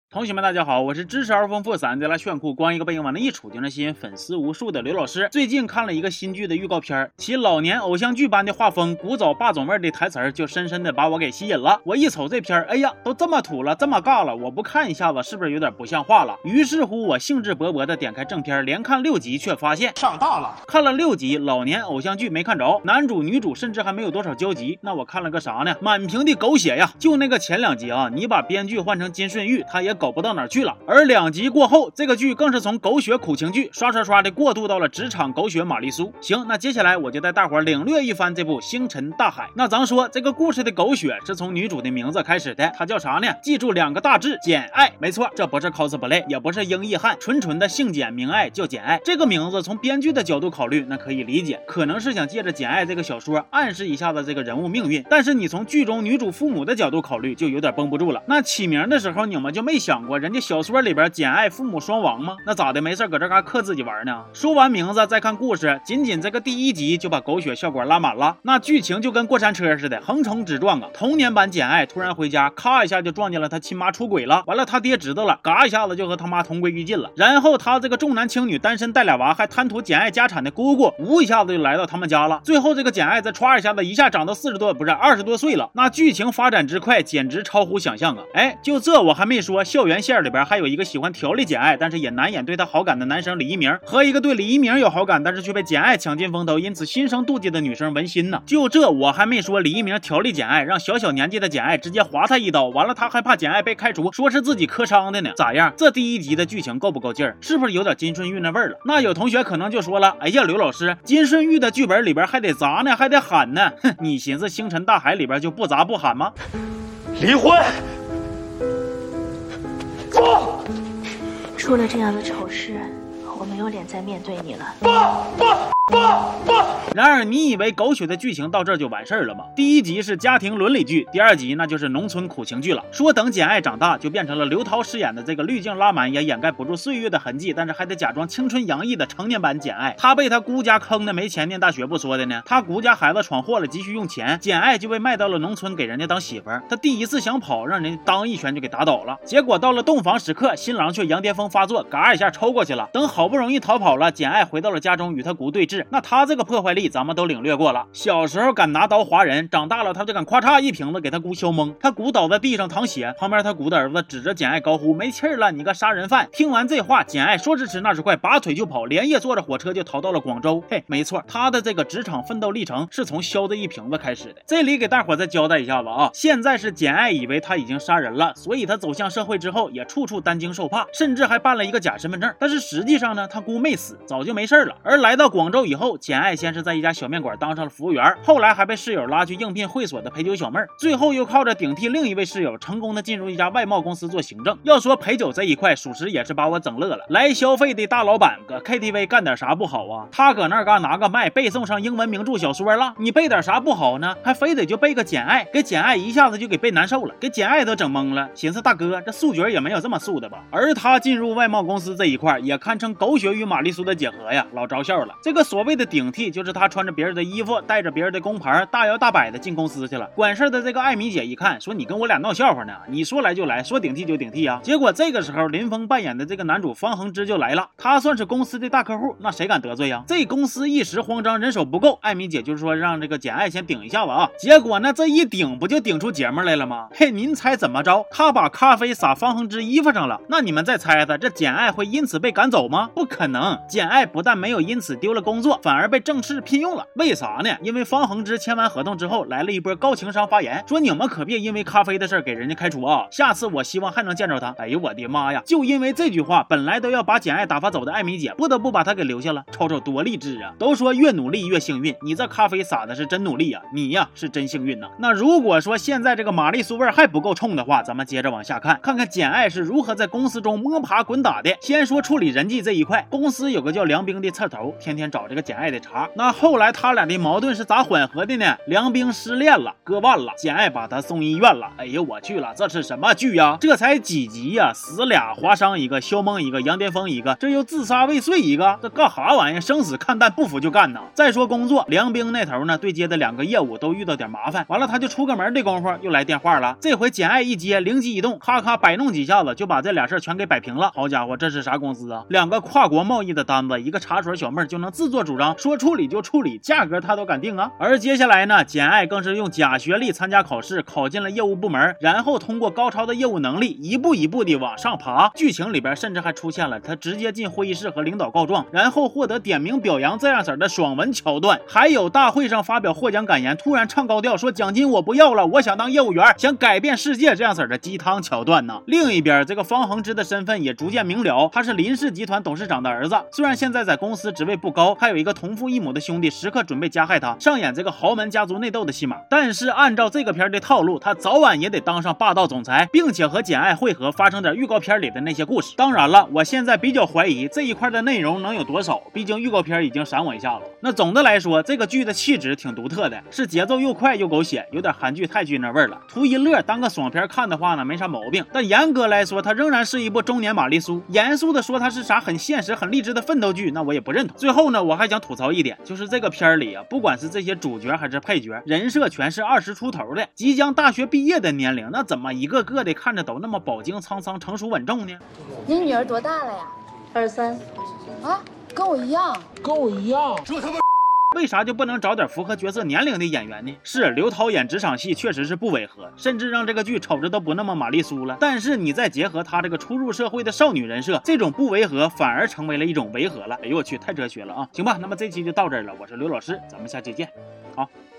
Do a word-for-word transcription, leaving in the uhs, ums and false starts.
同学们大家好，我是知识而丰富、散的来炫酷、光一个背影往那一杵就能吸引粉丝无数的刘老师。最近看了一个新剧的预告片，其老年偶像剧般的画风、古早霸总味的台词就深深的把我给吸引了。我一瞅这片，哎呀，都这么土了，这么尬了，我不看一下子是不是有点不像话了？于是乎我兴致勃勃的点开正片，连看六集，却发现上当了。 看了六集，老年偶像剧没看着，男主女主甚至还没有多少交集，那我看了个啥呢？满屏的狗血呀！就那个前两集啊，你把编剧换成金顺玉，他也搞不到哪儿去了。而两集过后，这个剧更是从狗血苦情剧刷刷刷的过渡到了职场狗血玛丽苏。行，那接下来我就带大伙领略一番这部星辰大海。那咱说这个故事的狗血是从女主的名字开始的，她叫啥呢？记住两个大字：简爱。没错，这不是 cosplay， 也不是英译汉，纯纯的姓简名爱，叫简爱。这个名字从编剧的角度考虑，那可以理解，可能是想借着简爱这个小说暗示一下子这个人物命运。但是你从剧中女主父母的角度考虑，就有点绷不住了。那起名的时候，你们就没想过人家小说里边简爱父母双亡吗？那咋的？没事搁这嘎嗑自己玩呢？说完名字再看故事，仅仅这个第一集就把狗血效果拉满了。那剧情就跟过山车似的，横冲直撞啊！童年版简爱突然回家，咔一下就撞见了他亲妈出轨了，完了他爹知道了，嘎一下子就和他妈同归于尽了。然后他这个重男轻女、单身带俩娃，还贪图简爱家产的姑姑，呜一下子就来到他们家了。最后这个简爱再歘一下子，一下长到四十多，不是二十多岁了。那剧情发展之快，简直超乎想象啊！哎，就这我还没说，校园线里边还有一个喜欢调理简爱，但是也难掩对他好感的男生李一鸣，和一个对李一鸣有好感，但是却被简爱抢尽风头，因此心生妒忌的女生文心呢。就这我还没说，李一鸣调理简爱，让小小年纪的简爱直接划他一刀，完了他还怕简爱被开除，说是自己磕伤的呢。咋样？这第一集的剧情够不够劲儿？是不是有点金顺玉那味儿了？那有同学可能就说了，哎呀，刘老师，金顺玉的剧本里边还得砸呢，还得喊呢。哼，你寻思星辰大海里边就不砸不喊吗？ 离婚。不。 出了这样的丑事，我没有脸再面对你了。 不不不不！ 然而你以为狗血的剧情到这儿就完事儿了吗？第一集是家庭伦理剧，第二集那就是农村苦情剧了。说等简爱长大，就变成了刘涛饰演的这个滤镜拉满也掩盖不住岁月的痕迹，但是还得假装青春洋溢的成年版简爱。她被她姑家坑的没钱念大学不说的呢，她姑家孩子闯祸了急需用钱，简爱就被卖到了农村给人家当媳妇儿。她第一次想跑，让人家当一拳就给打倒了，结果到了洞房时刻，新郎却羊癫疯发作，嘎一下抽过去了。等好不容易逃跑了，简爱回到了家中与她姑对峙。那他这个破坏力咱们都领略过了，小时候敢拿刀划人，长大了他就敢咔嚓一瓶子给他姑削懵，他姑倒在地上淌血，旁边他姑的儿子指着简爱高呼没气儿了，你个杀人犯。听完这话，简爱说时迟那时快，拔腿就跑，连夜坐着火车就逃到了广州。嘿，没错，他的这个职场奋斗历程是从削这一瓶子开始的。这里给大伙再交代一下子啊，现在是简爱以为他已经杀人了，所以他走向社会之后也处处担惊受怕，甚至还办了一个假身份证，但是实际上呢，他姑没死，早就没事了。而来到广州以后，简爱先是在一家小面馆当上了服务员，后来还被室友拉去应聘会所的陪酒小妹儿，最后又靠着顶替另一位室友，成功的进入一家外贸公司做行政。要说陪酒这一块，属实也是把我整乐了。来消费的大老板搁 K T V 干点啥不好啊？他搁那嘎拿个麦背诵上英文名著小说了，你背点啥不好呢？还非得就背个简爱，给简爱一下子就给背难受了，给简爱都整懵了，寻思大哥这素角也没有这么素的吧？而他进入外贸公司这一块，也堪称狗血与玛丽苏的结合呀，老招笑了。这个所谓的顶替，就是他穿着别人的衣服，带着别人的工牌，大摇大摆的进公司去了。管事的这个艾米姐一看，说你跟我俩闹笑话呢，你说来就来，说顶替就顶替啊。结果这个时候林峰扮演的这个男主方恒之就来了，他算是公司的大客户，那谁敢得罪呀？这公司一时慌张，人手不够，艾米姐就是说让这个简爱先顶一下子啊。结果呢这一顶不就顶出节目来了吗？嘿，您猜怎么着？他把咖啡洒方恒之衣服上了。那你们再猜猜，这简爱会因此被赶走吗？不可能，简爱不但没有因此丢了工作，反而被正式聘用了。为啥呢？因为方恒之签完合同之后来了一波高情商发言，说你们可别因为咖啡的事给人家开除啊，下次我希望还能见着他。哎呦我的妈呀，就因为这句话，本来都要把简爱打发走的艾米姐不得不把他给留下了，瞅瞅多励志啊。都说越努力越幸运，你这咖啡洒的是真努力啊，你呀是真幸运呐。那如果说现在这个玛丽苏味还不够冲的话，咱们接着往下看，看看简爱是如何在公司中摸爬滚打的。先说处理人际这一块，公司有个叫梁冰的刺头，天天找这个这个简爱的茬。那后来他俩的矛盾是咋缓和的呢？梁冰失恋了，割腕了，简爱把他送医院了。哎呦我去了，这是什么剧呀？这才几集呀，死俩，划伤一个，肖梦一个，杨巅峰一个，这又自杀未遂一个，这干啥玩意？生死看淡，不服就干呢。再说工作，梁冰那头呢对接的两个业务都遇到点麻烦，完了他就出个门的功夫又来电话了。这回简爱一接，灵机一动，咔咔摆弄几下子就把这俩事儿全给摆平了。好家伙，这是啥公司啊？两个跨国贸易的单子，一个茶水小妹就能自作主张说处理就处理，价格他都敢定啊。而接下来呢，简爱更是用假学历参加考试，考进了业务部门，然后通过高超的业务能力一步一步的往上爬。剧情里边甚至还出现了他直接进会议室和领导告状，然后获得点名表扬这样式的爽文桥段，还有大会上发表获奖感言，突然唱高调说奖金我不要了，我想当业务员，想改变世界这样式的鸡汤桥段呢。另一边，这个方恒之的身份也逐渐明了，他是林氏集团董事长的儿子，虽然现在在公司职位不高，还有一个同父异母的兄弟时刻准备加害他，上演这个豪门家族内斗的戏码，但是按照这个片的套路，他早晚也得当上霸道总裁，并且和简爱会合，发生点预告片里的那些故事。当然了，我现在比较怀疑这一块的内容能有多少，毕竟预告片已经闪我一下子。那总的来说，这个剧的气质挺独特的，是节奏又快又狗血，有点韩剧泰剧那味儿了。图一乐当个爽片看的话呢，没啥毛病，但严格来说它仍然是一部中年玛丽苏。严肃的说它是啥很现实很励志的奋斗剧，那我也不认同。最后呢，我还想吐槽一点，就是这个片里啊，不管是这些主角还是配角，人设全是二十出头的，即将大学毕业的年龄，那怎么一个个的看着都那么饱经沧桑成熟稳重呢？ 你女儿多大了呀？ 二十三。 啊，跟我一样， 跟我一样，这他妈为啥就不能找点符合角色年龄的演员呢？是刘涛演职场戏确实是不违和，甚至让这个剧瞅着都不那么玛丽苏了。但是你再结合她这个初入社会的少女人设，这种不违和反而成为了一种违和了。哎呦我去，太哲学了啊！行吧，那么这期就到这儿了，我是刘老师，咱们下期见，好。